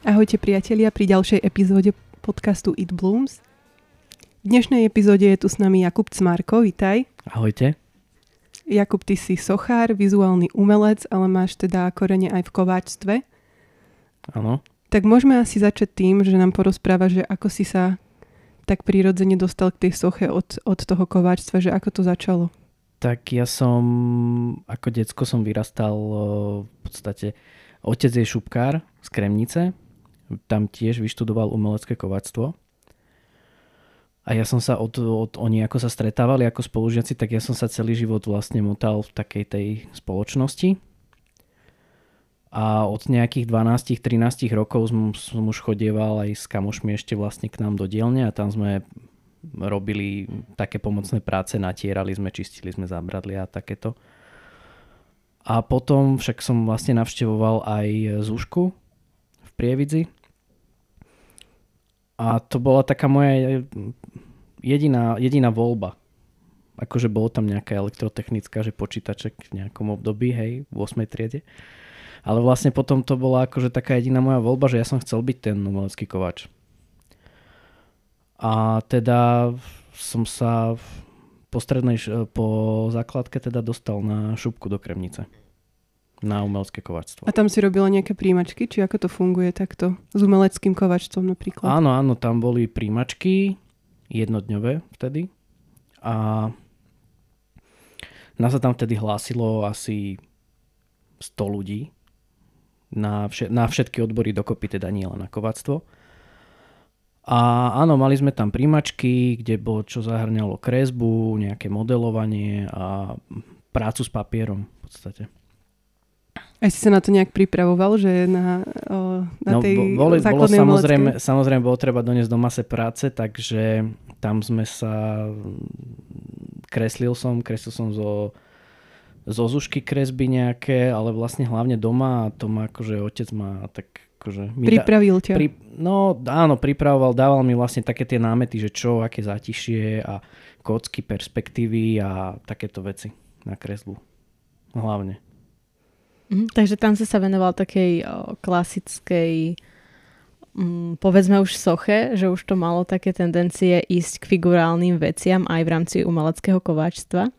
Ahojte priatelia pri ďalšej epizóde podcastu It Blooms. V dnešnej epizóde je tu s nami Jakub Cmarko, vitaj. Ahojte. Jakub, ty si sochár, vizuálny umelec, ale máš teda korene aj v kováčstve. Áno. Tak môžeme asi začať tým, že nám porozpráva, že ako si sa tak prirodzene dostal k tej soche od toho kováčstva, že ako to začalo. Tak ja som, ako decko som vyrastal v podstate, otec je šupkár z Kremnice, tam tiež vyštudoval umelecké kováctvo. A ja som sa oni ako sa stretávali ako spolužiaci, tak ja som sa celý život vlastne motal v takej tej spoločnosti. A od nejakých 12-13 rokov som už chodieval aj s kamošmi ešte vlastne k nám do dielne a tam sme robili také pomocné práce, natierali sme, čistili sme zábradlia a takéto. A potom však som vlastne navštevoval aj Zúšku v Prievidzi. A to bola taká moja jediná voľba. Akože bolo tam nejaká elektrotechnická, že počítaček v nejakom období, hej, v 8. triede. Ale vlastne potom to bola akože taká jediná moja voľba, že ja som chcel byť ten umelecký kováč. A teda som sa po základke teda dostal na šupku do Kremnice. Na umelecké kováčstvo. A tam si robila nejaké príjmačky? Či ako to funguje takto? S umeleckým kováčstvom napríklad? Áno, tam boli príjmačky, jednodňové vtedy. A nás sa tam vtedy hlásilo asi 100 ľudí na všetky odbory dokopy, teda nie len na kováctvo. A áno, mali sme tam príjmačky, kde bolo čo zahrňalo kresbu, nejaké modelovanie a prácu s papierom v podstate. A si sa na to nejak pripravoval, že na tej základnej umeleckej? Samozrejme bolo treba doniesť do mase práce, takže tam sme sa kreslil som zo Zúšky kresby nejaké, ale vlastne hlavne doma a to ma akože otec ma tak akože... Pripravil ťa. No áno, pripravoval, dával mi vlastne také tie námety, že čo, aké zátišie a kocky, perspektívy a takéto veci na kresbu. Hlavne. Takže tam si sa venoval takej klasickej, povedzme už soche, že už to malo také tendencie ísť k figurálnym veciam aj v rámci umeleckého kováčstva.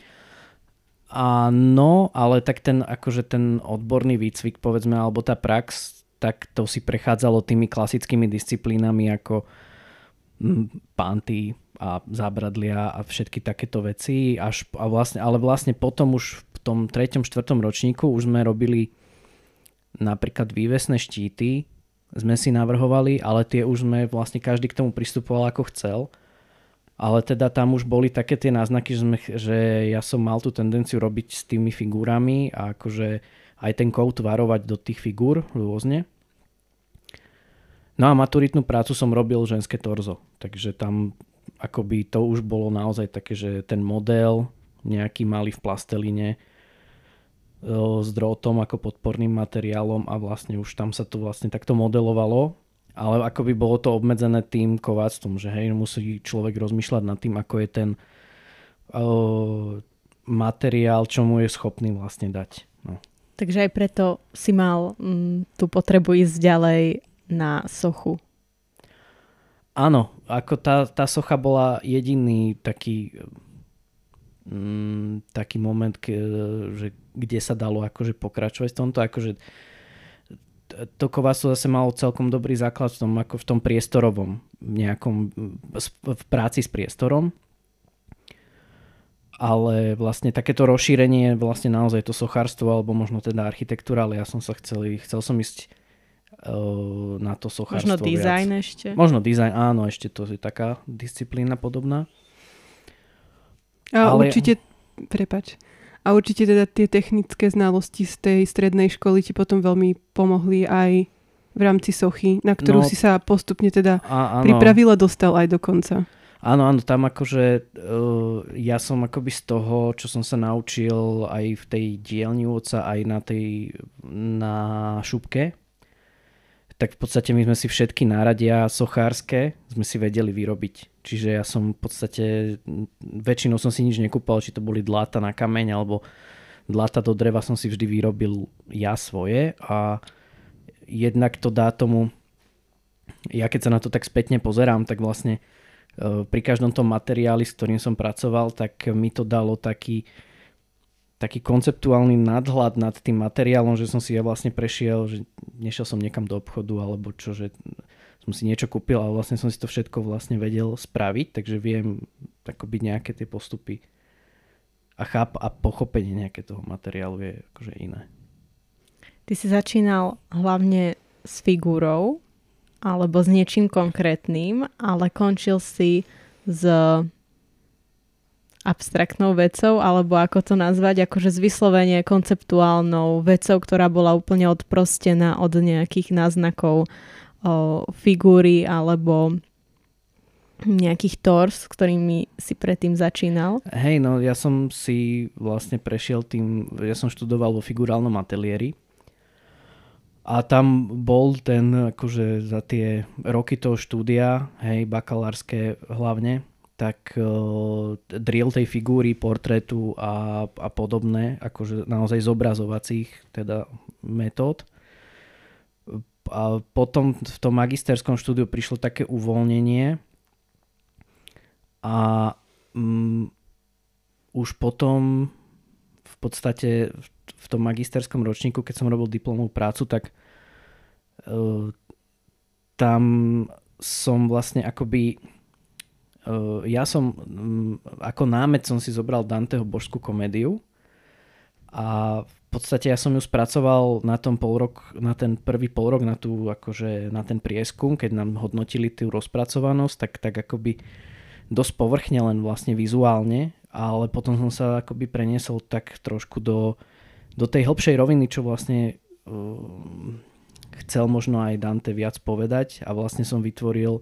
Áno, ale tak ten odborný výcvik, povedzme, alebo tá prax, tak to si prechádzalo tými klasickými disciplínami ako panty a zábradlia a všetky takéto veci. Ale vlastne potom už v tom 3. 4. ročníku už sme robili napríklad vývesné štíty, sme si navrhovali, ale tie už sme vlastne každý k tomu pristupoval ako chcel. Ale teda tam už boli také tie náznaky, že ja som mal tú tendenciu robiť s tými figurami a akože aj ten kód varovať do tých figúr rôzne. No a maturitnú prácu som robil ženské torzo. Takže tam akoby to už bolo naozaj také, že ten model nejaký malý v plasteline s drôtom ako podporným materiálom a vlastne už tam sa to vlastne takto modelovalo. Ale akoby bolo to obmedzené tým kováctvom, že hej, musí človek rozmýšľať nad tým, ako je ten materiál, čo mu je schopný vlastne dať. No. Takže aj preto si mal tú potrebu ísť ďalej na sochu. Áno, ako tá socha bola jediný taký moment, že kde sa dalo akože pokračovať v tomto, akože to kováctvo zase malo celkom dobrý základ v tom priestorovom v práci s priestorom. Ale vlastne takéto rozšírenie vlastne naozaj to sochárstvo alebo možno teda architektúra, ale ja som sa chcel som ísť na to sochárstvo. Možno dizajn viac. ešte? Možno dizajn, áno, ešte to je taká disciplína podobná. A určite teda tie technické znalosti z tej strednej školy ti potom veľmi pomohli aj v rámci sochy, na ktorú si sa postupne teda pripravil a dostal aj do konca. Áno, tam akože ja som akoby z toho, čo som sa naučil aj v tej dielni oca, aj na šupke, tak v podstate my sme si všetky náradia sochárske sme si vedeli vyrobiť. Čiže ja som v podstate, väčšinou som si nič nekúpal, či to boli dláta na kameň alebo dláta do dreva som si vždy vyrobil ja svoje a jednak to dá tomu, ja keď sa na to tak spätne pozerám, tak vlastne pri každom tom materiáli, s ktorým som pracoval, tak mi to dalo taký konceptuálny nadhľad nad tým materiálom, že som si ja vlastne prešiel, že nešiel som niekam do obchodu alebo čo, že som si niečo kúpil, ale vlastne som si to všetko vlastne vedel spraviť, takže viem akoby nejaké tie postupy a pochopenie nejaké toho materiálu je akože iné. Ty si začínal hlavne s figúrou alebo s niečím konkrétnym, ale končil si s abstraktnou vecou, alebo ako to nazvať, akože s vyslovene konceptuálnou vecou, ktorá bola úplne odprostená od nejakých náznakov figúry alebo nejakých tors, s ktorými si predtým začínal. Hej, no ja som si vlastne prešiel tým, ja som študoval vo figurálnom ateliéri a tam bol ten, akože za tie roky toho štúdia, hej, bakalárske hlavne, tak drill tej figúry, portrétu a podobné, akože naozaj zobrazovacích teda metód. A potom v tom magisterskom štúdiu prišlo také uvoľnenie a už potom v podstate v tom magisterskom ročníku, keď som robil diplomovú prácu, tak tam som vlastne akoby ja som ako námet som si zobral Danteho Božskú komédiu a v podstate ja som ju spracoval na ten prvý polrok na ten prieskum, keď nám hodnotili tú rozpracovanosť, tak akoby dosť povrchne, len vlastne vizuálne, ale potom som sa akoby preniesol tak trošku do tej hĺbšej roviny, čo vlastne chcel možno aj Dante viac povedať a vlastne som vytvoril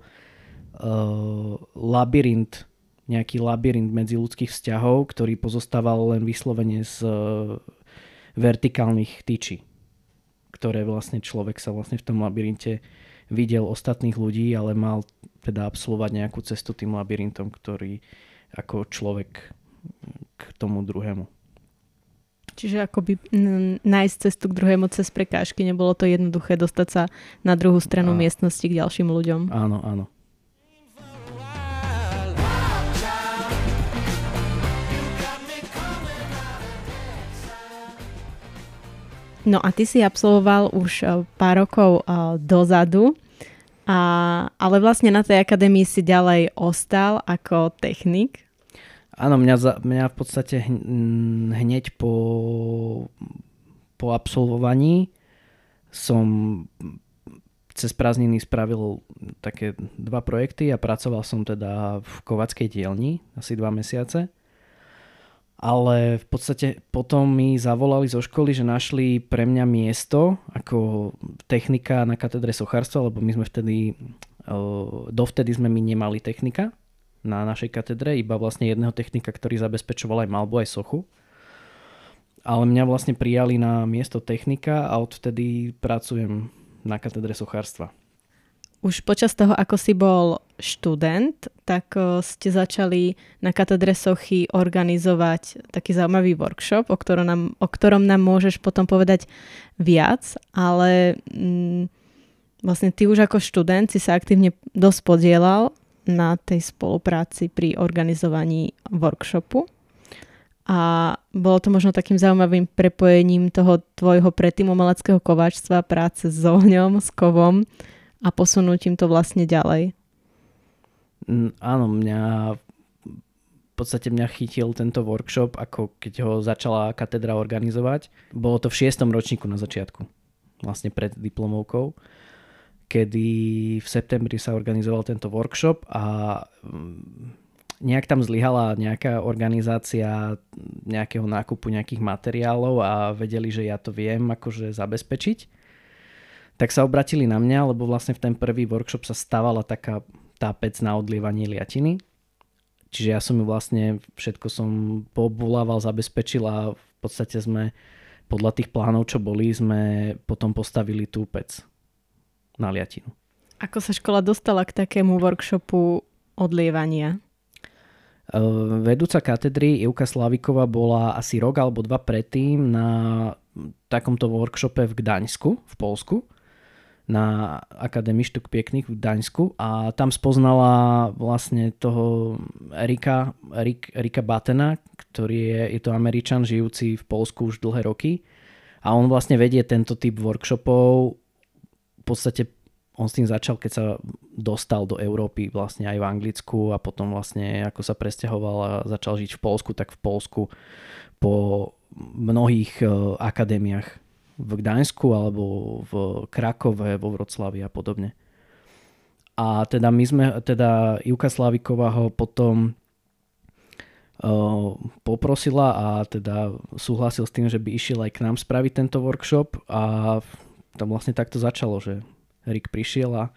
nejaký labyrint medziľudských vzťahov, ktorý pozostával len vyslovene z vertikálnych tyčí, ktoré vlastne človek sa vlastne v tom labyrinte videl ostatných ľudí, ale mal teda absolvovať nejakú cestu tým labyrintom, ktorý ako človek k tomu druhému. Čiže akoby nájsť cestu k druhému cez prekážky, nebolo to jednoduché dostať sa na druhú stranu miestnosti k ďalším ľuďom. Áno, áno. No a ty si absolvoval už pár rokov dozadu, ale vlastne na tej akadémii si ďalej ostal ako technik. Áno, mňa v podstate hneď po absolvovaní som cez prázdniny spravil také 2 projekty a pracoval som teda v kovackej dielni asi 2 mesiace. Ale v podstate potom mi zavolali zo školy, že našli pre mňa miesto ako technika na katedre sochárstva, lebo my sme dovtedy sme my nemali technika na našej katedre, iba vlastne jedného technika, ktorý zabezpečoval aj maľbu, aj sochu. Ale mňa vlastne prijali na miesto technika a odvtedy pracujem na katedre sochárstva. Už počas toho, ako si bol študent, tak ste začali na katedre sochy organizovať taký zaujímavý workshop, o ktorom nám môžeš potom povedať viac, ale vlastne ty už ako študent si sa aktívne dosť podielal na tej spolupráci pri organizovaní workshopu. A bolo to možno takým zaujímavým prepojením toho tvojho predtým umeleckého kováčstva, práce s ohňom, s kovom a posunúť im to vlastne ďalej. Áno, v podstate mňa chytil tento workshop, ako keď ho začala katedra organizovať. Bolo to v 6. ročníku na začiatku, vlastne pred diplomovkou, kedy v septembri sa organizoval tento workshop a nejak tam zlyhala nejaká organizácia nejakého nákupu nejakých materiálov a vedeli, že ja to viem akože zabezpečiť. Tak sa obratili na mňa, lebo vlastne v ten prvý workshop sa stávala taká tá pec na odlievanie liatiny. Čiže ja som ju vlastne všetko som poobvolával, zabezpečil a v podstate sme podľa tých plánov, čo boli, sme potom postavili tú pec na liatinu. Ako sa škola dostala k takému workshopu odlievania? Vedúca katedry Ivka Slavíková bola asi rok alebo 2 predtým na takomto workshope v Gdaňsku, v Poľsku. na Akadémii štúk piekných v Gdaňsku a tam spoznala vlastne toho Ricka Battena, ktorý je to Američan žijúci v Poľsku už dlhé roky a on vlastne vedie tento typ workshopov. V podstate on s tým začal, keď sa dostal do Európy vlastne aj v Anglicku a potom vlastne ako sa presťahoval a začal žiť v Poľsku, tak v Poľsku po mnohých akadémiách v Gdaňsku alebo v Krakove, vo Vroclavi a podobne. A teda Ivka Slaviková ho potom poprosila a teda súhlasil s tým, že by išiel aj k nám spraviť tento workshop a tam vlastne takto začalo, že Rick prišiel a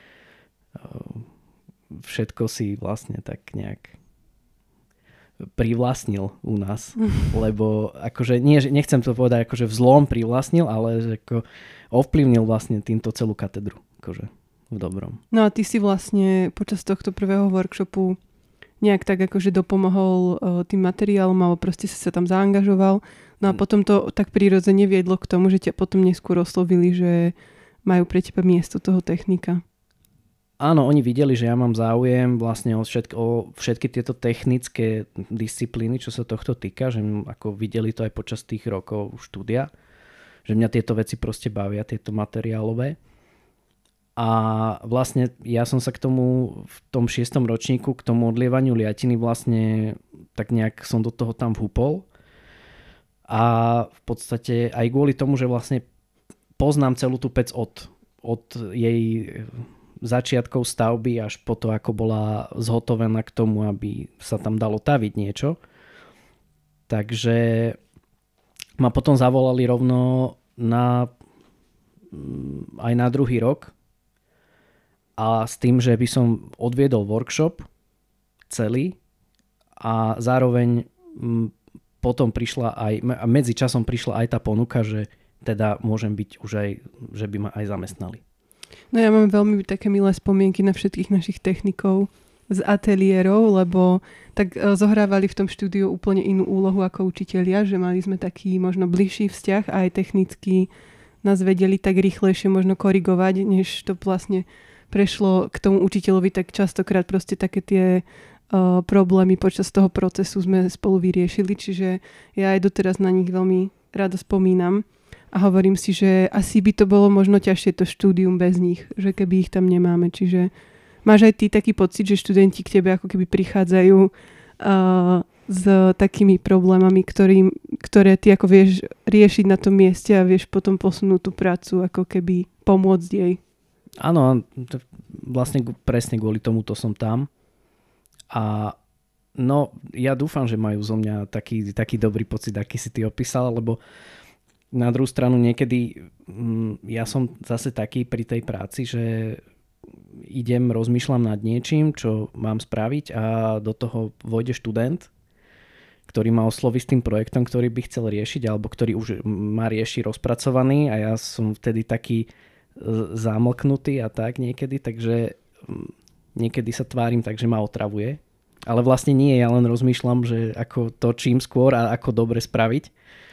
všetko si vlastne tak nejak privlastnil u nás, lebo akože nechcem to povedať akože v zlom privlastnil, ale že ako ovplyvnil vlastne týmto celú katedru, akože v dobrom. No a ty si vlastne počas tohto prvého workshopu nejak tak akože dopomohol tým materiálom, alebo proste si sa tam zaangažoval, no a potom to tak prirodzene viedlo k tomu, že ťa potom neskôr oslovili, že majú pre teba miesto toho technika. Áno, oni videli, že ja mám záujem vlastne o všetky tieto technické disciplíny, čo sa tohto týka, že ako videli to aj počas tých rokov štúdia, že mňa tieto veci proste bavia, tieto materiálové. A vlastne ja som sa k tomu v tom 6. ročníku, k tomu odlievaniu liatiny vlastne tak nejak som do toho tam vhúpol. A v podstate aj kvôli tomu, že vlastne poznám celú tú pec od jej začiatkov stavby až po to, ako bola zhotovená k tomu, aby sa tam dalo taviť niečo. Takže ma potom zavolali rovno aj na druhý rok a s tým, že by som odviedol workshop celý a zároveň potom prišla aj, medzi časom prišla aj tá ponuka, že teda môžem byť už aj, že by ma aj zamestnali. No ja mám veľmi také milé spomienky na všetkých našich technikov z ateliérov, lebo tak zohrávali v tom štúdiu úplne inú úlohu ako učitelia, že mali sme taký možno bližší vzťah a aj technicky nás vedeli tak rýchlejšie možno korigovať, než to vlastne prešlo k tomu učiteľovi, tak častokrát proste také tie problémy počas toho procesu sme spolu vyriešili, čiže ja aj doteraz na nich veľmi rado spomínam. A hovorím si, že asi by to bolo možno ťažšie to štúdium bez nich, že keby ich tam nemáme. Čiže máš aj ty taký pocit, že študenti k tebe ako keby prichádzajú s takými problémami, ktoré ty ako vieš riešiť na tom mieste a vieš potom posunúť tú prácu, ako keby pomôcť jej. Áno, vlastne presne kvôli tomuto som tam. A no, ja dúfam, že majú zo mňa taký dobrý pocit, aký si ty opísal, lebo na druhú stranu niekedy ja som zase taký pri tej práci, že rozmýšľam nad niečím, čo mám spraviť a do toho vojde študent, ktorý ma osloví s tým projektom, ktorý by chcel riešiť alebo ktorý už má rieši rozpracovaný a ja som vtedy taký zamlknutý a tak niekedy, takže niekedy sa tvárim tak, že ma otravuje. Ale vlastne nie, ja len rozmýšľam, že ako to čím skôr a ako dobre spraviť.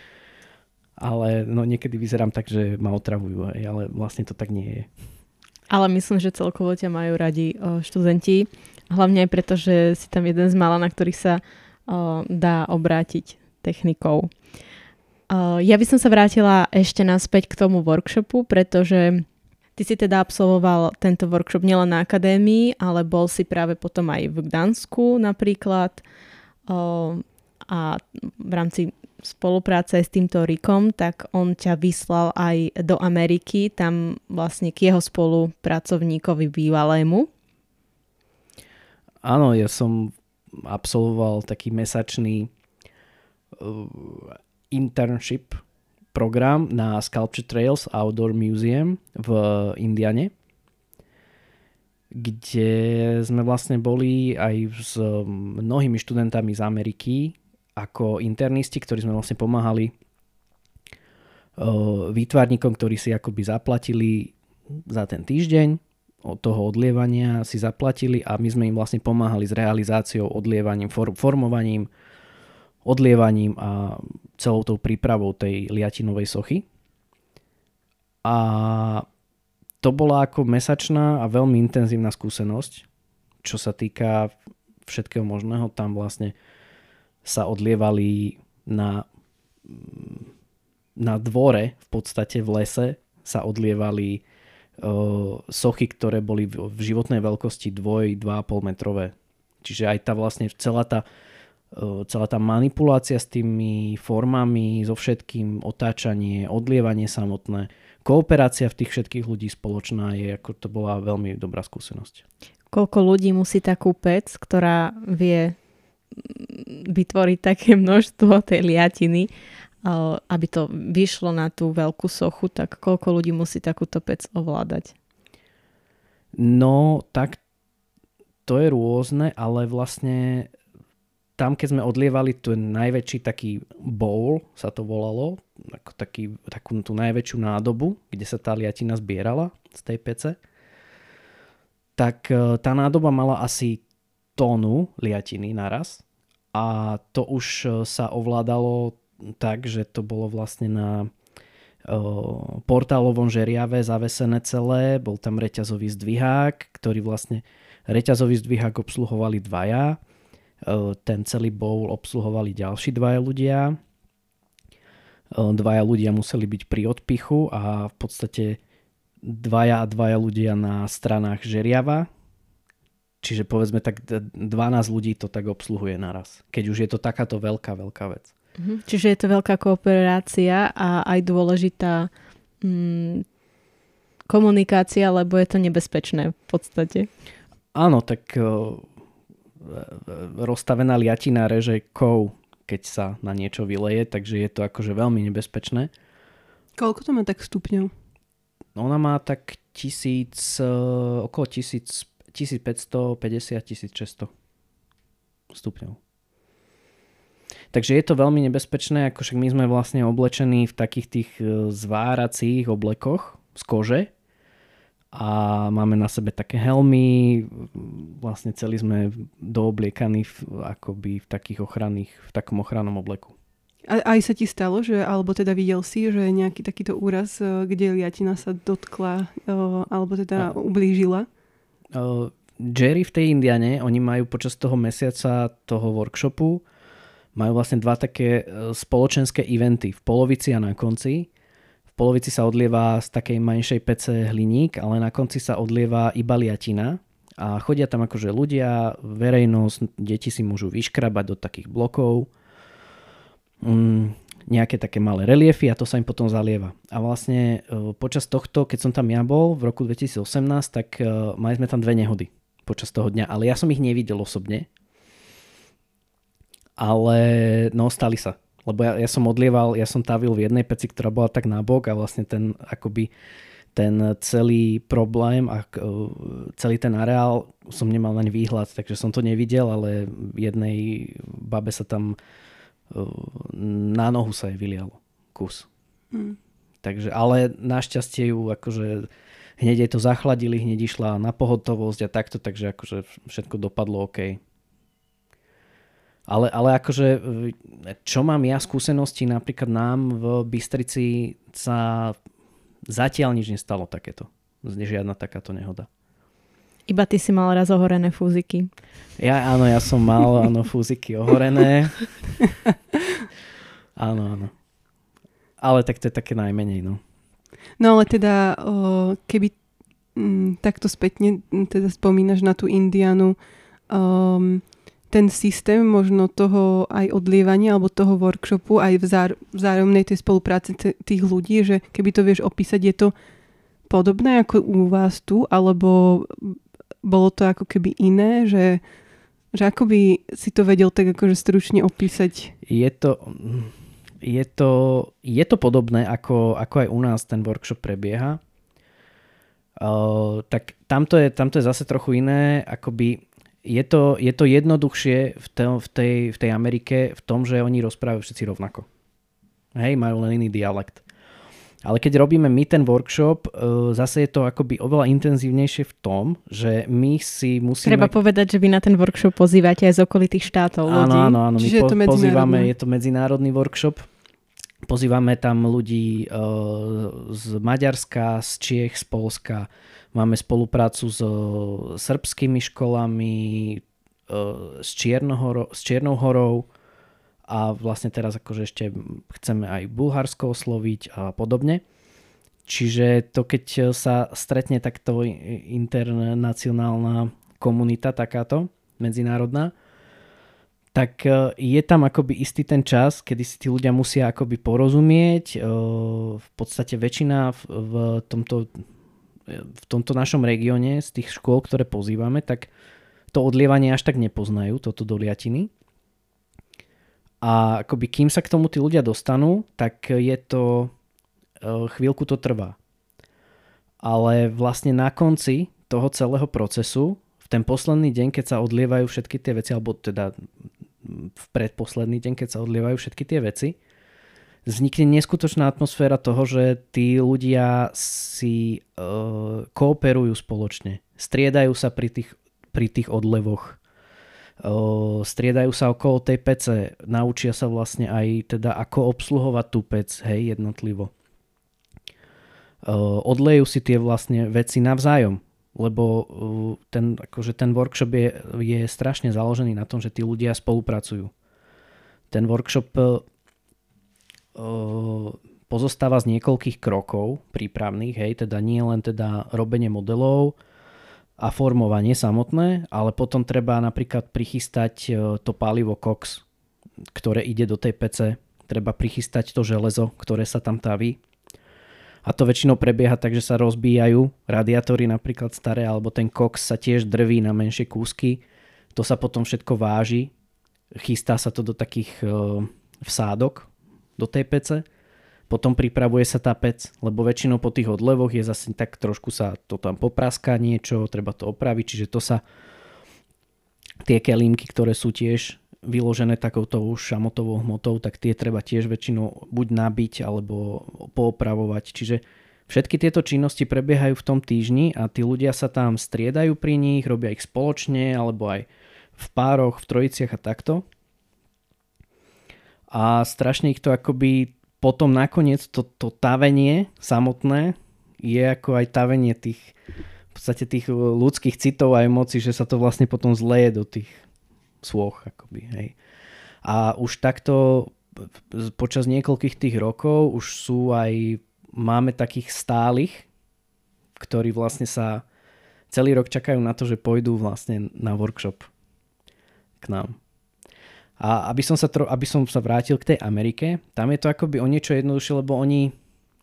Ale no niekedy vyzerám tak, že ma otravujú, ale vlastne to tak nie je. Ale myslím, že celkovo ťa majú radi študenti. Hlavne aj preto, že si tam jeden z mála, na ktorých sa dá obrátiť technikou. Ja by som sa vrátila ešte naspäť k tomu workshopu, pretože ty si teda absolvoval tento workshop nielen na akadémii, ale bol si práve potom aj v Gdansku napríklad a v rámci spolupráce s týmto Rickom, tak on ťa vyslal aj do Ameriky, tam vlastne k jeho spolupracovníkovi bývalému. Áno, ja som absolvoval taký mesačný internship program na Sculpture Trails Outdoor Museum v Indiane, kde sme vlastne boli aj s mnohými študentami z Ameriky ako internisti, ktorí sme vlastne pomáhali výtvarníkom, ktorí si akoby zaplatili za ten týždeň od toho odlievania, si zaplatili a my sme im vlastne pomáhali s realizáciou, odlievaním, formovaním, odlievaním a celou tou prípravou tej liatinovej sochy. A to bola ako mesačná a veľmi intenzívna skúsenosť, čo sa týka všetkého možného. Tam vlastne sa odlievali na dvore, v podstate v lese, sa odlievali sochy, ktoré boli v životnej veľkosti 2,5 metrové. Čiže aj tá vlastne celá tá manipulácia s tými formami, so všetkým, otáčanie, odlievanie samotné, kooperácia v tých všetkých ľudí spoločná to bola veľmi dobrá skúsenosť. Koľko ľudí musí takú pec, ktorá vie vytvoriť také množstvo tej liatiny, aby to vyšlo na tú veľkú sochu, tak koľko ľudí musí takúto pec ovládať? No, tak to je rôzne, ale vlastne tam, keď sme odlievali ten najväčší taký bowl, sa to volalo, ako takú tú najväčšiu nádobu, kde sa tá liatina zbierala z tej pece, tak tá nádoba mala asi tónu liatiny naraz a to už sa ovládalo tak, že to bolo vlastne na portálovom žeriave zavesené celé, bol tam reťazový zdvihák, ktorý vlastne reťazový zdvihák obsluhovali dvaja, ten celý bowl obsluhovali ďalší dvaja ľudia. Dvaja ľudia museli byť pri odpichu a v podstate dvaja ľudia na stranách žeriava. Čiže povedzme tak 12 ľudí to tak obsluhuje naraz. Keď už je to takáto veľká vec. Čiže je to veľká kooperácia a aj dôležitá komunikácia, lebo je to nebezpečné v podstate. Áno, tak rozstavená liatina reže kov, keď sa na niečo vyleje, takže je to akože veľmi nebezpečné. Koľko to má tak stupňov? Ona má tak okolo 1550-1600 stupňov. Takže je to veľmi nebezpečné, ako však my sme vlastne oblečení v takých tých zváracích oblekoch z kože a máme na sebe také helmy, vlastne celý sme doobliekaní akoby v takom ochrannom obleku. A aj sa ti stalo, alebo teda videl si, že nejaký takýto úraz, kde liatina sa dotkla, alebo teda ublížila? Jerry v tej Indiane, oni majú počas toho mesiaca toho workshopu, majú vlastne dva také spoločenské eventy v polovici a na konci. V polovici sa odlieva z takej menšej pece hliník, ale na konci sa odlieva iba liatina a chodia tam akože ľudia, verejnosť, deti si môžu vyškrabať do takých blokov, nejaké také malé reliefy a to sa im potom zalieva. A vlastne počas tohto, keď som tam ja bol v roku 2018, tak mali sme tam 2 nehody počas toho dňa, ale ja som ich nevidel osobne. Ale no, stali sa. Lebo ja som odlieval, ja som tavil v jednej peci, ktorá bola tak nabok a vlastne ten celý problém a celý ten areál som nemal naň výhľad, takže som to nevidel, ale jednej babe sa tam na nohu sa jej vylial kus. Takže, ale našťastie ju akože hneď jej to zachladili, hneď išla na pohotovosť a takto, takže akože všetko dopadlo OK. Ale akože, čo mám ja skúsenosti, napríklad nám v Bystrici sa zatiaľ nič nestalo takéto. Žiadna takáto nehoda. Iba ty si mal raz ohorené fúziky. Áno, ja som mal fúziky ohorené. Áno. Ale tak to je také najmenej, no. No ale teda, keby takto spätne teda spomínaš na tú Indianu, ten systém možno toho aj odlievania alebo toho workshopu aj v vzájomnej tej spolupráci tých ľudí, že keby to vieš opísať, je to podobné ako u vás tu, alebo bolo to ako keby iné, že ako by si to vedel tak akože stručne opísať? Je to podobné, ako aj u nás ten workshop prebieha. Tak tamto je zase trochu iné, akoby je to jednoduchšie v tej Amerike v tom, že oni rozprávajú všetci rovnako. Hej, majú len iný dialekt. Ale keď robíme my ten workshop, zase je to akoby oveľa intenzívnejšie v tom, že my si musíme... Treba povedať, že vy na ten workshop pozývate aj z okolitých štátov ľudí. Áno, my pozývame, je to medzinárodný workshop. pozývame tam ľudí z Maďarska, z Čiech, z Poľska. Máme spoluprácu s srbskými školami, s Čiernou horou a vlastne teraz akože ešte chceme aj Bulharsko osloviť a podobne. Čiže to, keď sa stretne takto internacionálna komunita takáto, medzinárodná, tak je tam akoby istý ten čas, kedy si tí ľudia musia akoby porozumieť. V podstate väčšina v tomto našom regióne z tých škôl, ktoré pozývame, tak to odlievanie až tak nepoznajú, toto doliatiny. A akoby kým sa k tomu tí ľudia dostanú, tak je to chvíľku to trvá. Ale vlastne na konci toho celého procesu, v ten posledný deň, keď sa odlievajú všetky tie veci, alebo teda v predposledný deň, keď sa odlievajú všetky tie veci, vznikne neskutočná atmosféra toho, že tí ľudia si kooperujú spoločne. Striedajú sa pri tých odlevoch. Striedajú sa okolo tej pece. Naučia sa vlastne aj teda ako obsluhovať tú pec, hej, jednotlivo. Odlejú si tie vlastne veci navzájom, lebo ten workshop je strašne založený na tom, že tí ľudia spolupracujú. Ten workshop pozostáva z niekoľkých krokov prípravných, hej, teda nie len teda robenie modelov a formovanie samotné, ale potom treba napríklad prichystať to palivo koks, ktoré ide do tej pece, treba prichystať to železo, ktoré sa tam taví. A to väčšinou prebieha tak, že sa rozbíjajú radiátory napríklad staré, alebo ten koks sa tiež drví na menšie kúsky. To sa potom všetko váži, chystá sa to do takých vsádok do tej pece. Potom pripravuje sa tá pec, lebo väčšinou po tých odlevoch je zase tak trošku sa to tam popraská niečo, treba to opraviť, čiže to sa tie kelímky, ktoré sú tiež vyložené takouto už šamotovou hmotou, tak tie treba tiež väčšinou buď nabiť alebo poopravovať. Čiže všetky tieto činnosti prebiehajú v tom týždni a tí ľudia sa tam striedajú pri nich, robia ich spoločne alebo aj v pároch, v trojiciach a takto. A strašne ich to akoby potom nakoniec to tavenie samotné je ako aj tavenie tých v podstate tých ľudských citov a emócií, že sa to vlastne potom zleje do tých svoch, akoby, hej. A už takto počas niekoľkých tých rokov už máme takých stálych, ktorí vlastne sa celý rok čakajú na to, že pôjdu vlastne na workshop k nám. A aby som sa vrátil k tej Amerike, tam je to akoby o niečo jednoduchšie, lebo oni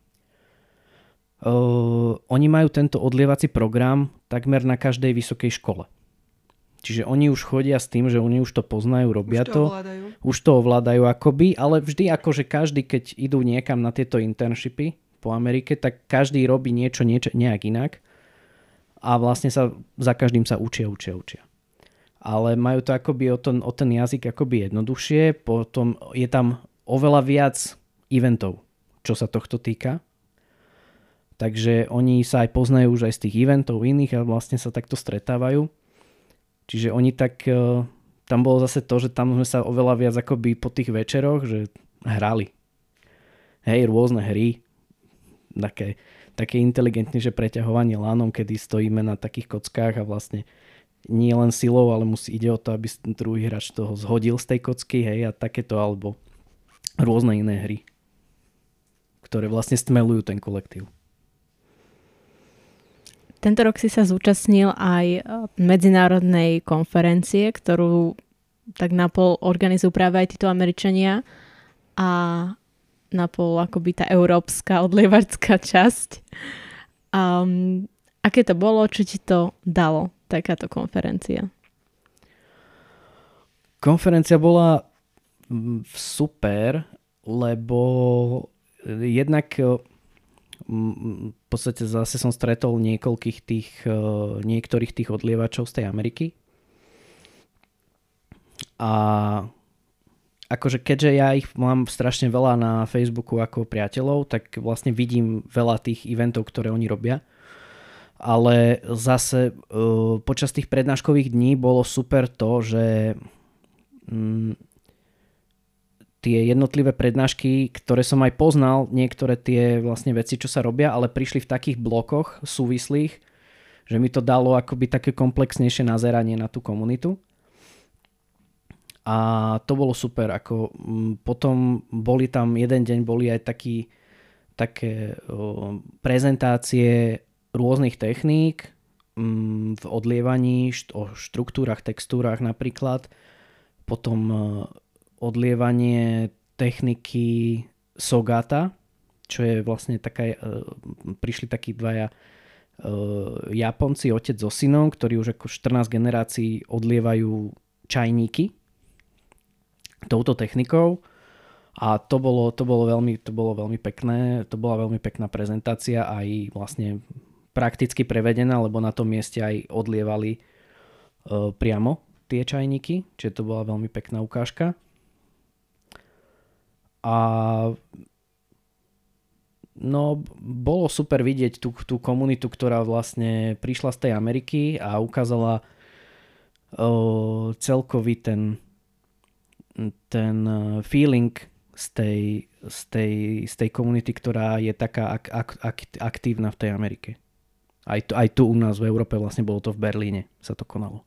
majú tento odlievací program takmer na každej vysokej škole. Čiže oni už chodia s tým, že oni už to poznajú, robia už to ovládajú akoby, ale vždy akože každý, keď idú niekam na tieto internshipy po Amerike, tak každý robí niečo nejak inak a vlastne sa za každým sa učia. Ale majú to akoby o ten jazyk akoby jednoduchšie, potom je tam oveľa viac eventov, čo sa tohto týka. Takže oni sa aj poznajú už aj z tých eventov iných a vlastne sa takto stretávajú. Čiže oni tak, tam bolo zase to, že tam sme sa oveľa viac akoby po tých večeroch, že hrali. Hej, rôzne hry, také inteligentnejšie preťahovanie lánom, kedy stojíme na takých kockách a vlastne nie len silou, ale ide o to, aby druhý hráč toho zhodil z tej kocky, hej, a takéto, alebo rôzne iné hry, ktoré vlastne stmelujú ten kolektív. Tento rok si sa zúčastnil aj medzinárodnej konferencie, ktorú tak napol organizujú práve aj títo Američania a napol akoby tá európska odlievačská časť. Aké to bolo? Čo ti to dalo, takáto konferencia? Konferencia bola super, lebo jednak v podstate zase som stretol niektorých tých odlievačov z tej Ameriky. A akože keďže ja ich mám strašne veľa na Facebooku ako priateľov, tak vlastne vidím veľa tých eventov, ktoré oni robia. Ale zase počas tých prednáškových dní bolo super to, že tie jednotlivé prednášky, ktoré som aj poznal, niektoré tie vlastne veci, čo sa robia, ale prišli v takých blokoch súvislých, že mi to dalo akoby také komplexnejšie nazeranie na tú komunitu. A to bolo super. Potom boli tam jeden deň, boli aj také prezentácie rôznych techník v odlievaní, o štruktúrach, textúrach napríklad. Potom odlievanie techniky Sogata, čo je vlastne prišli takí dvaja Japonci, otec so synom, ktorí už ako 14 generácií odlievajú čajníky touto technikou a to bolo veľmi pekné, to bola veľmi pekná prezentácia aj vlastne prakticky prevedená, lebo na tom mieste aj odlievali priamo tie čajníky, čiže to bola veľmi pekná ukážka. A no, bolo super vidieť tú komunitu, ktorá vlastne prišla z tej Ameriky a ukázala celkový ten feeling z tej komunity, ktorá je taká aktívna v tej Amerike. Aj tu u nás v Európe, vlastne bolo to v Berlíne, sa to konalo.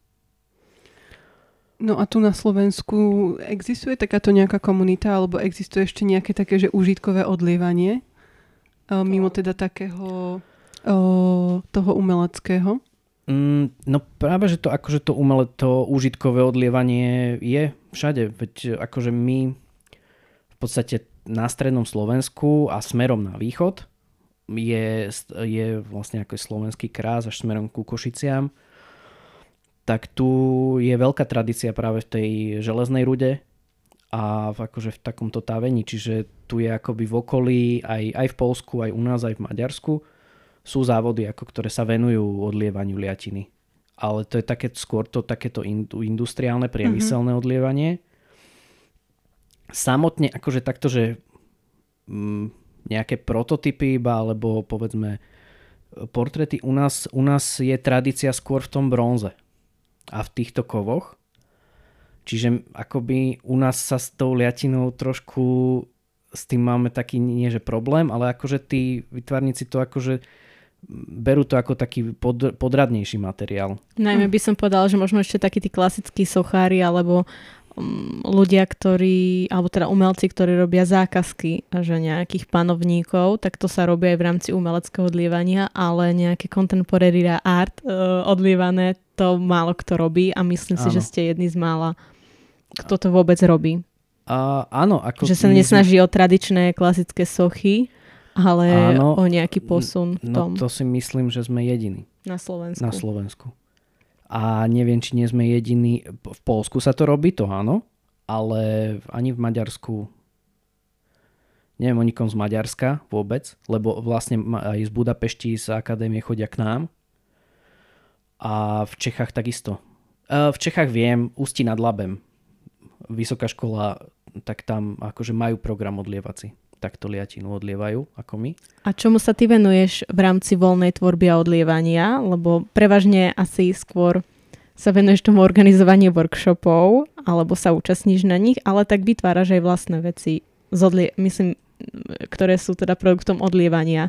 No a tu na Slovensku existuje takáto nejaká komunita, alebo existuje ešte nejaké také, že užitkové odlievanie? Mimo teda takého toho umeleckého? No práve, že to užitkové odlievanie je všade. Veď akože my v podstate na strednom Slovensku a smerom na východ je vlastne ako slovenský krás až smerom ku Košiciam. Tak tu je veľká tradícia práve v tej železnej rude a akože v takomto tavení. Čiže tu je akoby v okolí aj v Poľsku, aj u nás, aj v Maďarsku sú závody, ktoré sa venujú odlievaniu liatiny. Ale to je takéto industriálne, priemyselné odlievanie. Samotne, akože takto, že nejaké prototypy iba, alebo povedzme portréty, u nás je tradícia skôr v tom bronze a v týchto kovoch. Čiže akoby u nás sa s tou liatinou trošku s tým máme taký, nie že problém, ale akože tí vytvarníci to akože berú to ako taký podradnejší materiál. Najmä by som povedala, že možno ešte takí tí klasickí sochári alebo ľudia, alebo teda umelci, ktorí robia zákazky že nejakých panovníkov, tak to sa robí aj v rámci umeleckého odlievania, ale nejaké contemporary art odlievané, to málo kto robí a myslím si, že ste jedni z mála, kto to vôbec robí. Áno. Že sa nesnaží o tradičné klasické sochy, ale o nejaký posun v tom. No to si myslím, že sme jediní. Na Slovensku. Na Slovensku. A neviem, či nie sme jediní. V Poľsku sa to robí, to áno, ale ani v Maďarsku. Neviem o nikom z Maďarska vôbec, lebo vlastne aj z Budapešti, z akadémie chodia k nám. A v Čechách takisto. V Čechách viem, Ústí nad Labem. Vysoká škola, tak tam akože majú program odlievací. Takto liatinu odlievajú, ako my. A čomu sa ty venuješ v rámci voľnej tvorby a odlievania? Lebo prevažne asi skôr sa venuješ tomu organizovaniu workshopov, alebo sa účastníš na nich, ale tak vytváraš aj vlastné veci, myslím, ktoré sú teda produktom odlievania.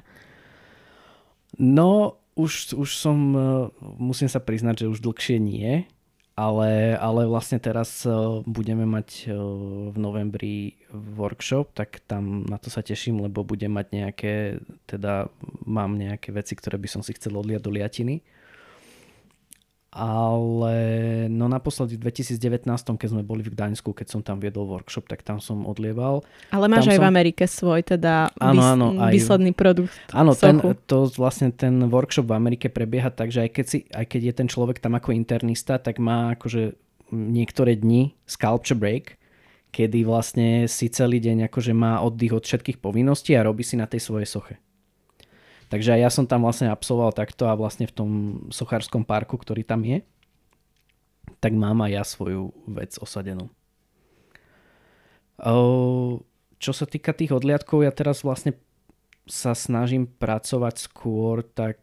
No, už som, musím sa priznať, že už dlhšie nie. Ale vlastne teraz budeme mať v novembri workshop, tak tam na to sa teším, lebo budem mať mám nejaké veci, ktoré by som si chcel odliať do liatiny. Ale no naposledy v 2019, keď sme boli v Gdaňsku, keď som tam viedol workshop, tak tam som odlieval. Ale máš aj v Amerike svoj teda výsledný produkt. Áno, ten workshop v Amerike prebieha tak, že aj keď je ten človek tam ako internista, tak má akože niektoré dni sculpture break, kedy vlastne si celý deň akože má oddych od všetkých povinností a robí si na tej svojej soche. Takže ja som tam vlastne absolvoval takto a vlastne v tom sochárskom parku, ktorý tam je, tak mám aj ja svoju vec osadenú. Čo sa týka tých odliadkov, ja teraz vlastne sa snažím pracovať skôr tak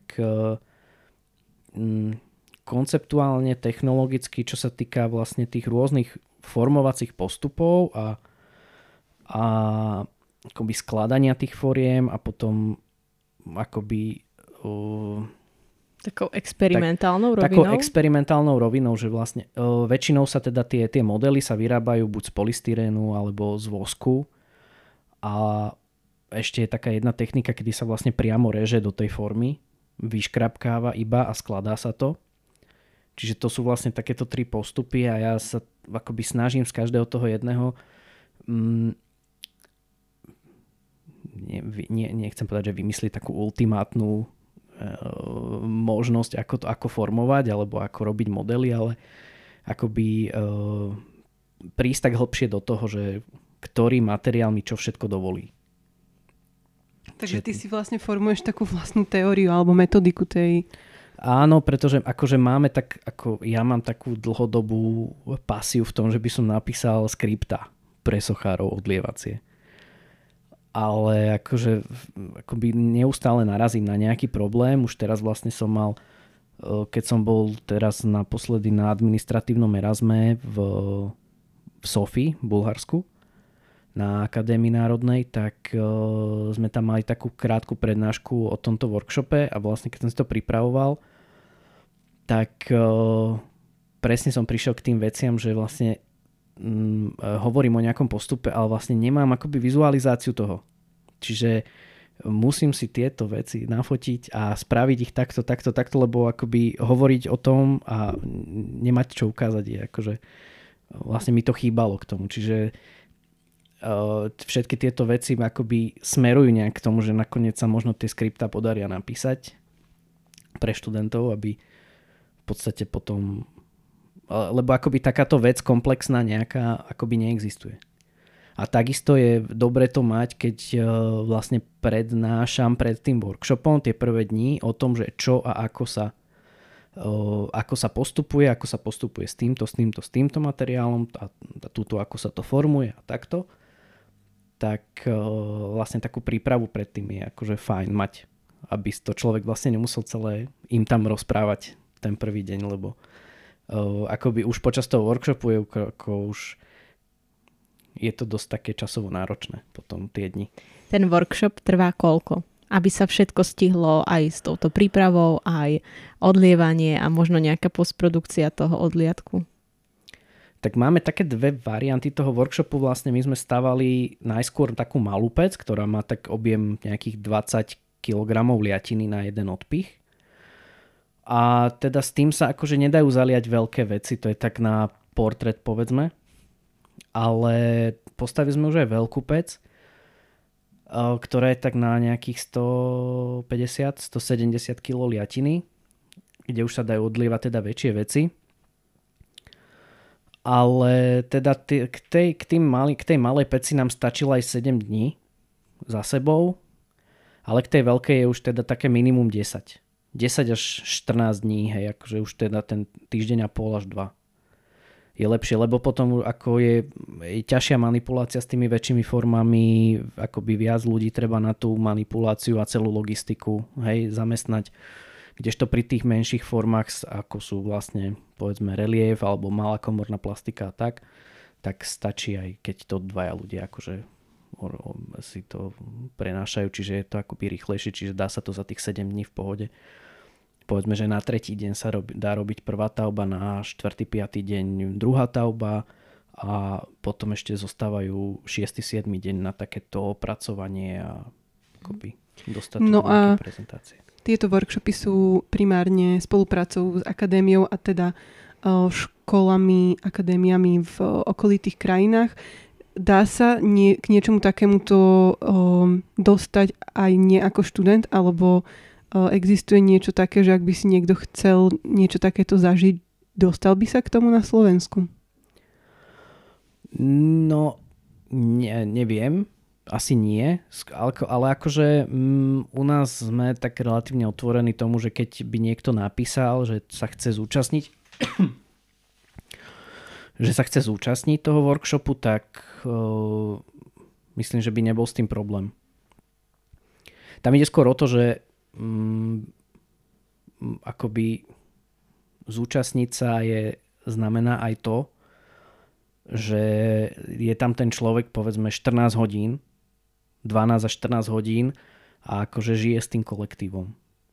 konceptuálne, technologicky, čo sa týka vlastne tých rôznych formovacích postupov a a akoby skladania tých foriem a potom akoby takou experimentálnou rovinou? Takou experimentálnou rovinou, že vlastne väčšinou sa teda tie modely sa vyrábajú buď z polystyrénu alebo z vosku a ešte je taká jedna technika, kedy sa vlastne priamo reže do tej formy, vyškrapkáva iba a skladá sa to. Čiže to sú vlastne takéto 3 postupy a ja sa akoby snažím z každého toho jedného nechcem povedať, že vymyslí takú ultimátnu možnosť, ako formovať alebo ako robiť modely, ale akoby prísť tak hlbšie do toho, že ktorý materiál mi čo všetko dovolí. Takže ty si vlastne formuješ takú vlastnú teóriu alebo metodiku tej... Áno, pretože akože ja mám takú dlhodobú pasiu v tom, že by som napísal skripta pre sochárov odlievacie. Ale akoby neustále narazím na nejaký problém. Už teraz vlastne som mal, keď som bol teraz naposledy na administratívnom Erasme v Sofii, v Bulharsku, na Akadémii národnej, tak sme tam mali takú krátku prednášku o tomto workshope a vlastne keď som si to pripravoval, tak presne som prišiel k tým veciam, že vlastne hovorím o nejakom postupe, ale vlastne nemám akoby vizualizáciu toho. Čiže musím si tieto veci nafotiť a spraviť ich takto, lebo akoby hovoriť o tom a nemať čo ukázať je akože vlastne mi to chýbalo k tomu. Čiže všetky tieto veci akoby smerujú nejak k tomu, že nakoniec sa možno tie skripta podaria napísať pre študentov, aby v podstate potom, lebo akoby takáto vec komplexná nejaká akoby neexistuje. A takisto je dobre to mať, keď vlastne prednášam pred tým workshopom tie prvé dni o tom, že čo a ako sa postupuje s týmto materiálom a túto ako sa to formuje a takto. Tak vlastne takú prípravu predtým je akože fajn mať, aby to človek vlastne nemusel celé im tam rozprávať ten prvý deň, lebo akoby už počas toho workshopu je už je to dosť také časovo náročné potom tie dni. Ten workshop trvá koľko? Aby sa všetko stihlo aj s touto prípravou, aj odlievanie a možno nejaká postprodukcia toho odliatku. Tak máme také 2 varianty toho workshopu. Vlastne my sme stavali najskôr takú malú pec, ktorá má tak objem nejakých 20 kg liatiny na jeden odpich. A teda s tým sa akože nedajú zaliať veľké veci, to je tak na portrét povedzme. Ale postavili sme už aj veľkú pec, ktorá je tak na nejakých 150-170 kg liatiny, kde už sa dajú odlievať teda väčšie veci. Ale teda k tej malej peci nám stačilo aj 7 dní za sebou, ale k tej veľkej je už teda také minimum 10. 10 až 14 dní, hej, akože už teda ten týždeň a pol až 2 je lepšie, lebo potom ako je ťažšia manipulácia s tými väčšími formami, akoby viac ľudí treba na tú manipuláciu a celú logistiku, hej, zamestnať. Kdežto pri tých menších formách, ako sú vlastne povedzme relief alebo malá komorná plastika a tak stačí aj keď to 2 ľudia akože si to prenášajú, čiže je to akoby rýchlejšie, čiže dá sa to za tých 7 dní v pohode. Povedzme, že na 3. deň sa dá robiť prvá tauba, na 4. 5. deň druhá tauba a potom ešte zostávajú 6. 7. deň na takéto opracovanie a akoby dostať nejaké prezentácie. Tieto workshopy sú primárne spoluprácou s akadémiou a teda školami, akadémiami v okolitých krajinách. Dá sa k niečomu takémuto dostať aj nie ako študent, alebo existuje niečo také, že ak by si niekto chcel niečo takéto zažiť, dostal by sa k tomu na Slovensku? No, neviem. Asi nie. Ale akože u nás sme tak relatívne otvorení tomu, že keď by niekto napísal, že sa chce zúčastniť toho workshopu, tak myslím, že by nebol s tým problém. Tam ide skôr o to, že akoby zúčastniť sa znamená aj to, že je tam ten človek povedzme 14 hodín, 12 až 14 hodín a akože žije s tým kolektívom.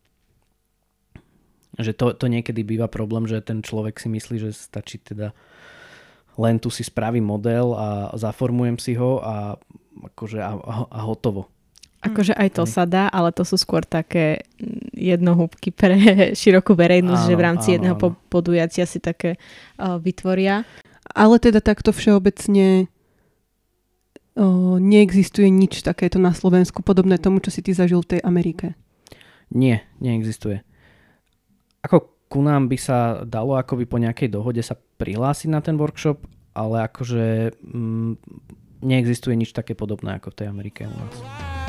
Že to niekedy býva problém, že ten človek si myslí, že stačí teda len tu si spravím model a zaformujem si ho a akože a hotovo. Akože aj to sa dá, ale to sú skôr také jednohúbky pre širokú verejnosť, že v rámci jedného podujatia si také vytvoria. Ale teda takto všeobecne neexistuje nič takéto na Slovensku, podobné tomu, čo si ty zažil v tej Amerike. Nie, neexistuje. Ako ku nám by sa dalo akoby po nejakej dohode sa prihlásiť na ten workshop, ale akože neexistuje nič také podobné ako v tej Amerike u nás.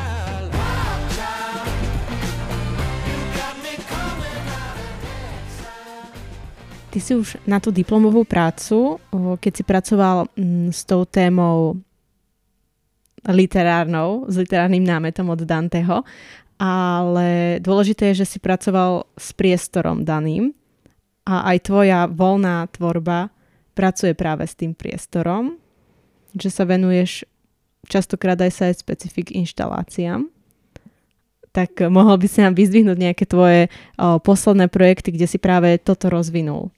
Ty si už na tú diplomovú prácu, keď si pracoval s tou témou literárnou, s literárnym námetom od Danteho, ale dôležité je, že si pracoval s priestorom daným a aj tvoja voľná tvorba pracuje práve s tým priestorom, že sa venuješ častokrát aj site-specific inštaláciám. Tak mohol by si nám vyzdvihnúť nejaké tvoje posledné projekty, kde si práve toto rozvinul?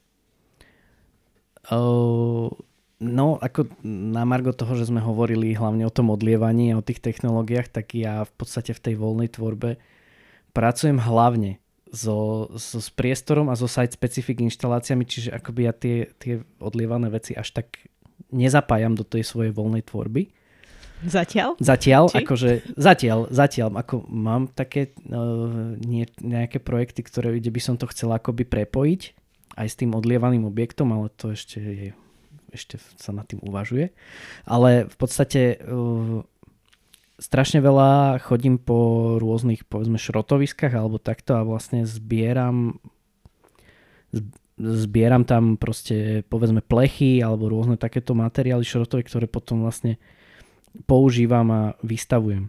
No, ako na margo toho, že sme hovorili hlavne o tom odlievaní a o tých technológiách, tak ja v podstate v tej voľnej tvorbe pracujem hlavne s priestorom a so site-specific inštaláciami, čiže akoby ja tie odlievané veci až tak nezapájam do tej svojej voľnej tvorby. Zatiaľ? Zatiaľ, ako mám také nejaké projekty, kde by som to chcel akoby prepojiť aj s tým odlievaným objektom, ale to ešte sa nad tým uvažuje. Ale v podstate strašne veľa chodím po rôznych, povedzme, šrotoviskách alebo takto a vlastne zbieram tam proste, povedzme, plechy alebo rôzne takéto materiály šrotové, ktoré potom vlastne používam a vystavujem.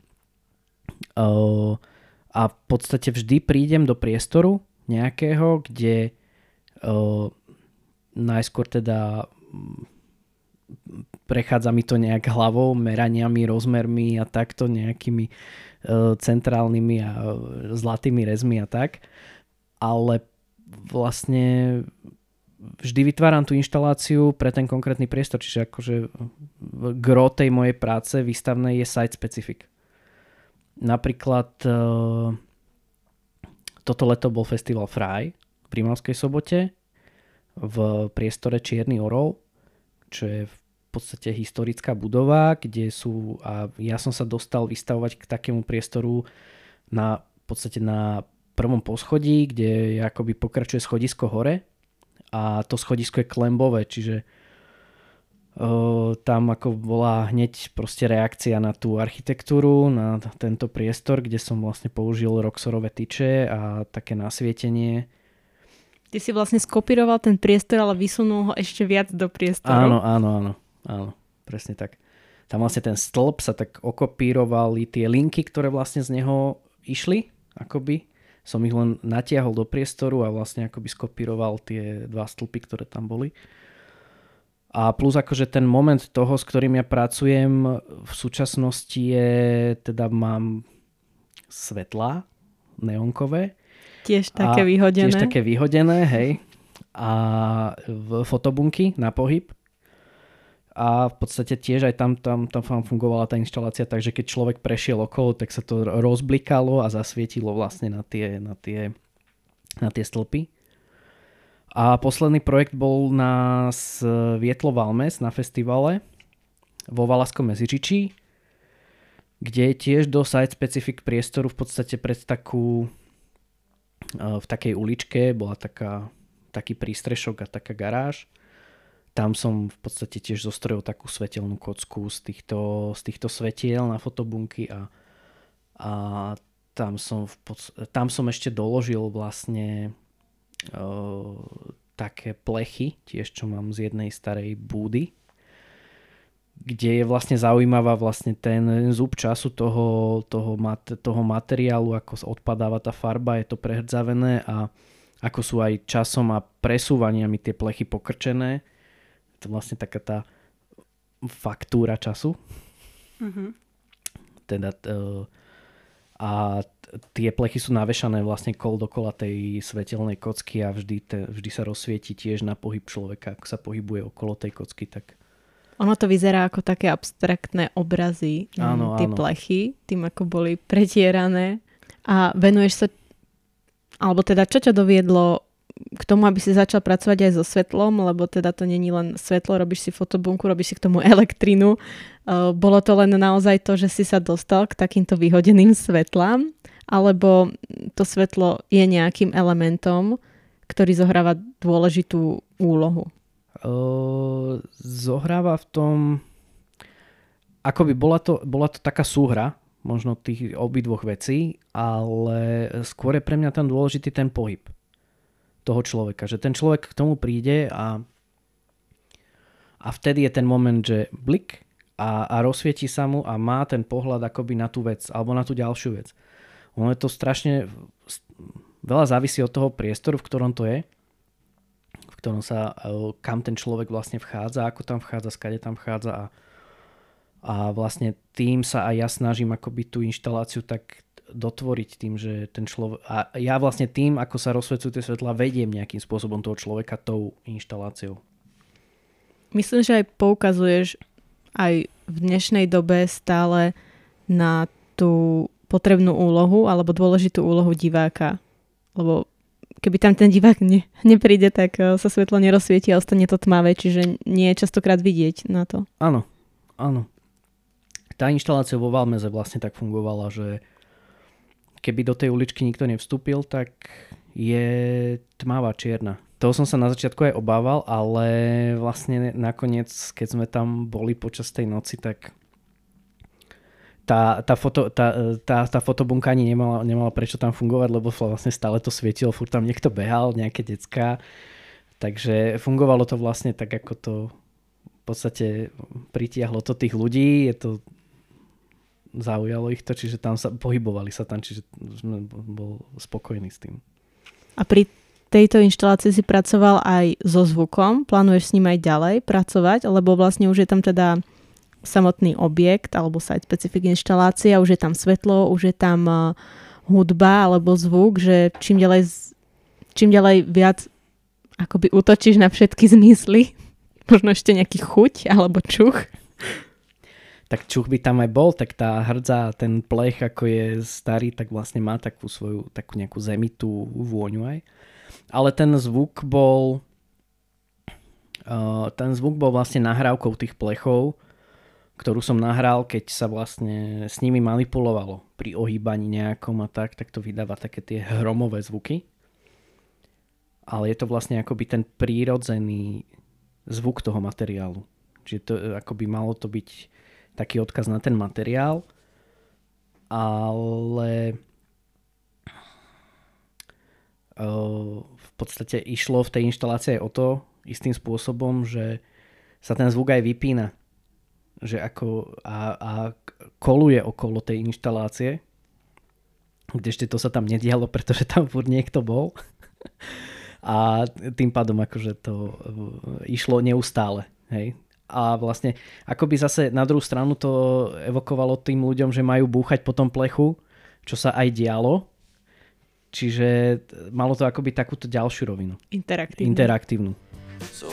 A v podstate vždy prídem do priestoru nejakého, kde najskôr teda prechádza mi to nejak hlavou, meraniami, rozmermi a takto nejakými centrálnymi a zlatými rezmi a tak. Ale vlastne vždy vytváram tú inštaláciu pre ten konkrétny priestor, čiže akože gro tej mojej práce výstavnej je site specific. Napríklad toto leto bol festival Fry v Rimavskej Sobote v priestore Čierny orol, čo je v podstate historická budova, kde sú, a ja som sa dostal vystavovať k takému priestoru v podstate na prvom poschodí, kde akoby pokračuje schodisko hore a to schodisko je klembové, čiže tam ako bola hneď proste reakcia na tú architektúru, na tento priestor, kde som vlastne použil roxorové tyče a také nasvietenie. Ty si vlastne skopíroval ten priestor, ale vysunul ho ešte viac do priestoru. Áno, presne tak. Tam vlastne ten stĺp sa tak okopírovali tie linky, ktoré vlastne z neho išli, akoby. Som ich len natiahol do priestoru a vlastne akoby skopíroval tie dva stĺpy, ktoré tam boli. A plus akože ten moment toho, s ktorým ja pracujem v súčasnosti je, teda mám svetlá neonkové. Tiež také vyhodené. Tiež také vyhodené, hej. A fotobunky na pohyb. A v podstate tiež aj tam fungovala tá inštalácia, takže keď človek prešiel okolo, tak sa to rozblikalo a zasvietilo vlastne na tie stĺpy. A posledný projekt bol na Vietlo Valmes na festivale vo Valaskom Meziříčí, kde tiež do site-specific priestoru v podstate pred v takej uličke bola taký prístrešok a taká garáž. Tam som v podstate tiež zostrojil takú svetelnú kocku z týchto svetiel na fotobunky a tam som ešte doložil vlastne také plechy, tiež čo mám z jednej starej búdy, kde je vlastne zaujímavá vlastne ten zub času toho materiálu, ako odpadáva tá farba, je to prehrdzavené a ako sú aj časom a presúvaniami tie plechy pokrčené. To je vlastne taká tá faktúra času. Teda a tie plechy sú navešané vlastne dokola tej svetelnej kocky a vždy sa rozsvieti tiež na pohyb človeka, ako sa pohybuje okolo tej kocky, tak ono to vyzerá ako také abstraktné obrazy, tie plechy, tým ako boli pretierané. A venuješ sa, alebo teda čo ťa doviedlo k tomu, aby si začal pracovať aj so svetlom, lebo teda to není len svetlo, robíš si fotobunku, robíš si k tomu elektrinu. Bolo to len naozaj to, že si sa dostal k takýmto vyhodeným svetlám, alebo to svetlo je nejakým elementom, ktorý zohráva dôležitú úlohu? Zohráva v tom, akoby bola to taká súhra možno tých obidvoch vecí, ale skôr je pre mňa tam dôležitý ten pohyb toho človeka, že ten človek k tomu príde a vtedy je ten moment, že blik a rozsvieti sa mu a má ten pohľad akoby na tú vec alebo na tú ďalšiu vec. Ono je to strašne veľa závisí od toho priestoru, v ktorom to je, v ktorom sa, kam ten človek vlastne vchádza, ako tam vchádza, skade tam vchádza a vlastne tým sa aj ja snažím akoby tú inštaláciu tak dotvoriť tým, že ten človek, a ja vlastne tým, ako sa rozsvecujú tie svetlá, vediem nejakým spôsobom toho človeka tou inštaláciou. Myslím, že aj poukazuješ aj v dnešnej dobe stále na tú potrebnú úlohu alebo dôležitú úlohu diváka. Lebo keby tam ten divák nepríde, tak sa svetlo nerozsvieti a ostane to tmavé, čiže nie je častokrát vidieť na to. Áno. Tá inštalácia vo Valmeze vlastne tak fungovala, že keby do tej uličky nikto nevstúpil, tak je tmavá čierna. Toho som sa na začiatku aj obával, ale vlastne nakoniec, keď sme tam boli počas tej noci, tak tá fotobunka ani nemala prečo tam fungovať, lebo vlastne stále to svietilo, furt tam niekto behal, nejaké decká. Takže fungovalo to vlastne tak, ako to v podstate pritiahlo to tých ľudí, zaujalo ich to, čiže tam pohybovali sa tam, čiže sme bol spokojný s tým. A pri tejto inštalácii si pracoval aj so zvukom, plánuješ s ním aj ďalej pracovať, lebo vlastne už je tam teda samotný objekt alebo site specific inštalácia, už je tam svetlo, už je tam hudba alebo zvuk, že čím ďalej viac akoby útočíš na všetky zmysly, možno ešte nejaký chuť alebo čuch. Tak čuch by tam aj bol, tak tá hrdza, ten plech, ako je starý, tak vlastne má takú svoju, takú nejakú zemitú vôňu aj. Ale ten zvuk bol vlastne nahrávkou tých plechov, ktorú som nahral, keď sa vlastne s nimi manipulovalo pri ohýbaní nejakom a tak to vydáva také tie hromové zvuky. Ale je to vlastne akoby ten prírodzený zvuk toho materiálu. Čiže to akoby malo to byť taký odkaz na ten materiál, ale v podstate išlo v tej inštalácii aj o to istým spôsobom, že sa ten zvuk aj vypína. Že ako a koluje okolo tej inštalácie, kdežto to sa tam nedialo, pretože tam furt niekto bol. A tým pádom akože to išlo neustále. Hej. A vlastne akoby zase na druhú stranu to evokovalo tým ľuďom, že majú búchať po tom plechu, čo sa aj dialo. Čiže malo to akoby takúto ďalšiu rovinu. Interaktívnu. So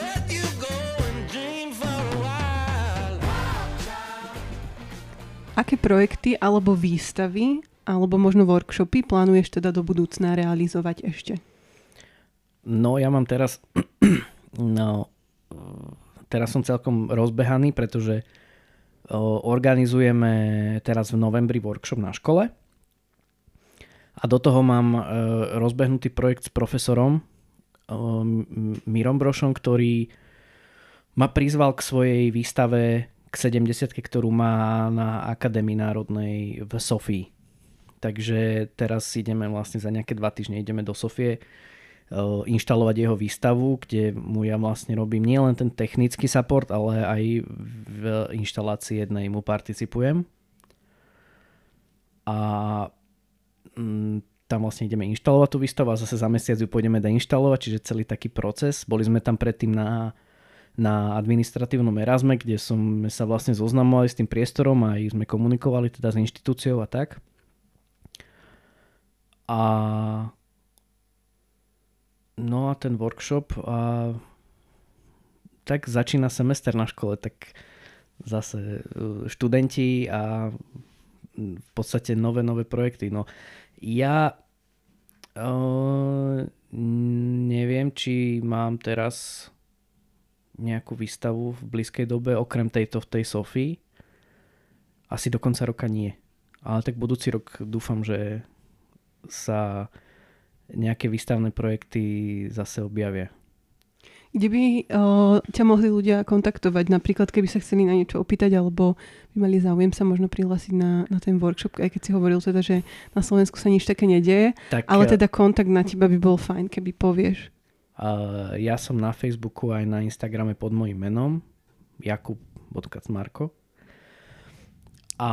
aké projekty alebo výstavy alebo možno workshopy plánuješ teda do budúcna realizovať ešte? No ja mám teraz som celkom rozbehaný, pretože organizujeme teraz v novembri workshop na škole a do toho mám rozbehnutý projekt s profesorom Mirom Brošom, ktorý ma prizval k svojej výstave k 70-ke, ktorú má na Akadémii národnej v Sofii. Takže teraz ideme vlastne za nejaké 2 týždne ideme do Sofie inštalovať jeho výstavu, kde mu ja vlastne robím nielen ten technický support, ale aj v inštalácii jednej mu participujem. A tam vlastne ideme inštalovať tú výstavu a zase za mesiac ju pôjdeme deinštalovať, čiže celý taký proces. Boli sme tam predtým na na administratívnom Erasme, kde sme sa vlastne zoznamovali s tým priestorom a aj sme komunikovali teda s inštitúciou a tak. No a ten workshop, tak začína semester na škole, tak zase študenti a v podstate nové projekty. No ja neviem, či mám teraz nejakú výstavu v blízkej dobe, okrem tejto v tej Sofii. Asi do konca roka nie. Ale tak budúci rok dúfam, že sa nejaké výstavné projekty zase objavia. Kde by ťa mohli ľudia kontaktovať? Napríklad, keby sa chceli na niečo opýtať, alebo by mali záujem sa možno prihlásiť na ten workshop, aj keď si hovoril teda, že na Slovensku sa nič také nedieje, tak, ale teda kontakt na teba by bol fajn, keby povieš. Ja som na Facebooku aj na Instagrame pod mojím menom jakub.cmarko. A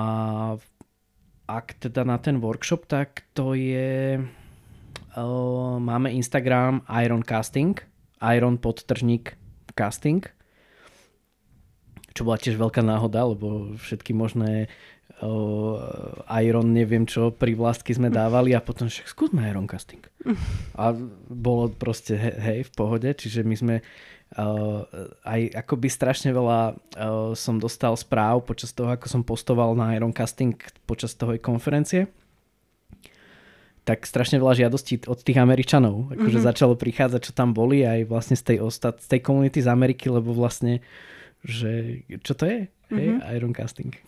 ak teda na ten workshop, tak to je máme Instagram Iron Casting, Iron _ casting, čo bola tiež veľká náhoda, lebo všetky možné Iron, neviem čo, privlastky sme dávali a potom však skúsme Iron Casting. A bolo proste hej, v pohode, čiže my sme aj akoby strašne veľa som dostal správ počas toho, ako som postoval na Iron Casting počas toho konferencie. Tak strašne veľa žiadostí od tých Američanov. Akože začalo prichádzať, čo tam boli, aj vlastne z tej komunity z Ameriky, lebo vlastne, že čo to je? Hej, Iron Casting.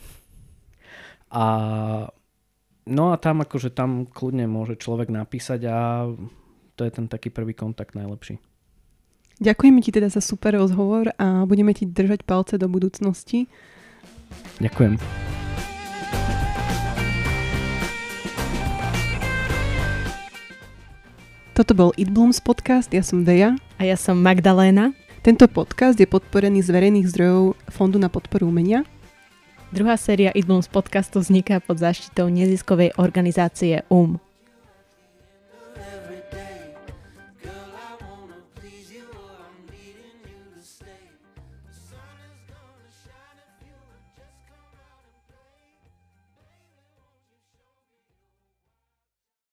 No a tam akože tam kľudne môže človek napísať a to je ten taký prvý kontakt najlepší. Ďakujeme ti teda za super rozhovor a budeme ti držať palce do budúcnosti. Ďakujem. Toto bol It Blooms podcast, ja som Veja. A ja som Magdaléna. Tento podcast je podporený z verejných zdrojov Fondu na podporu umenia. Druhá séria It Blooms podcastu vzniká pod záštitou neziskovej organizácie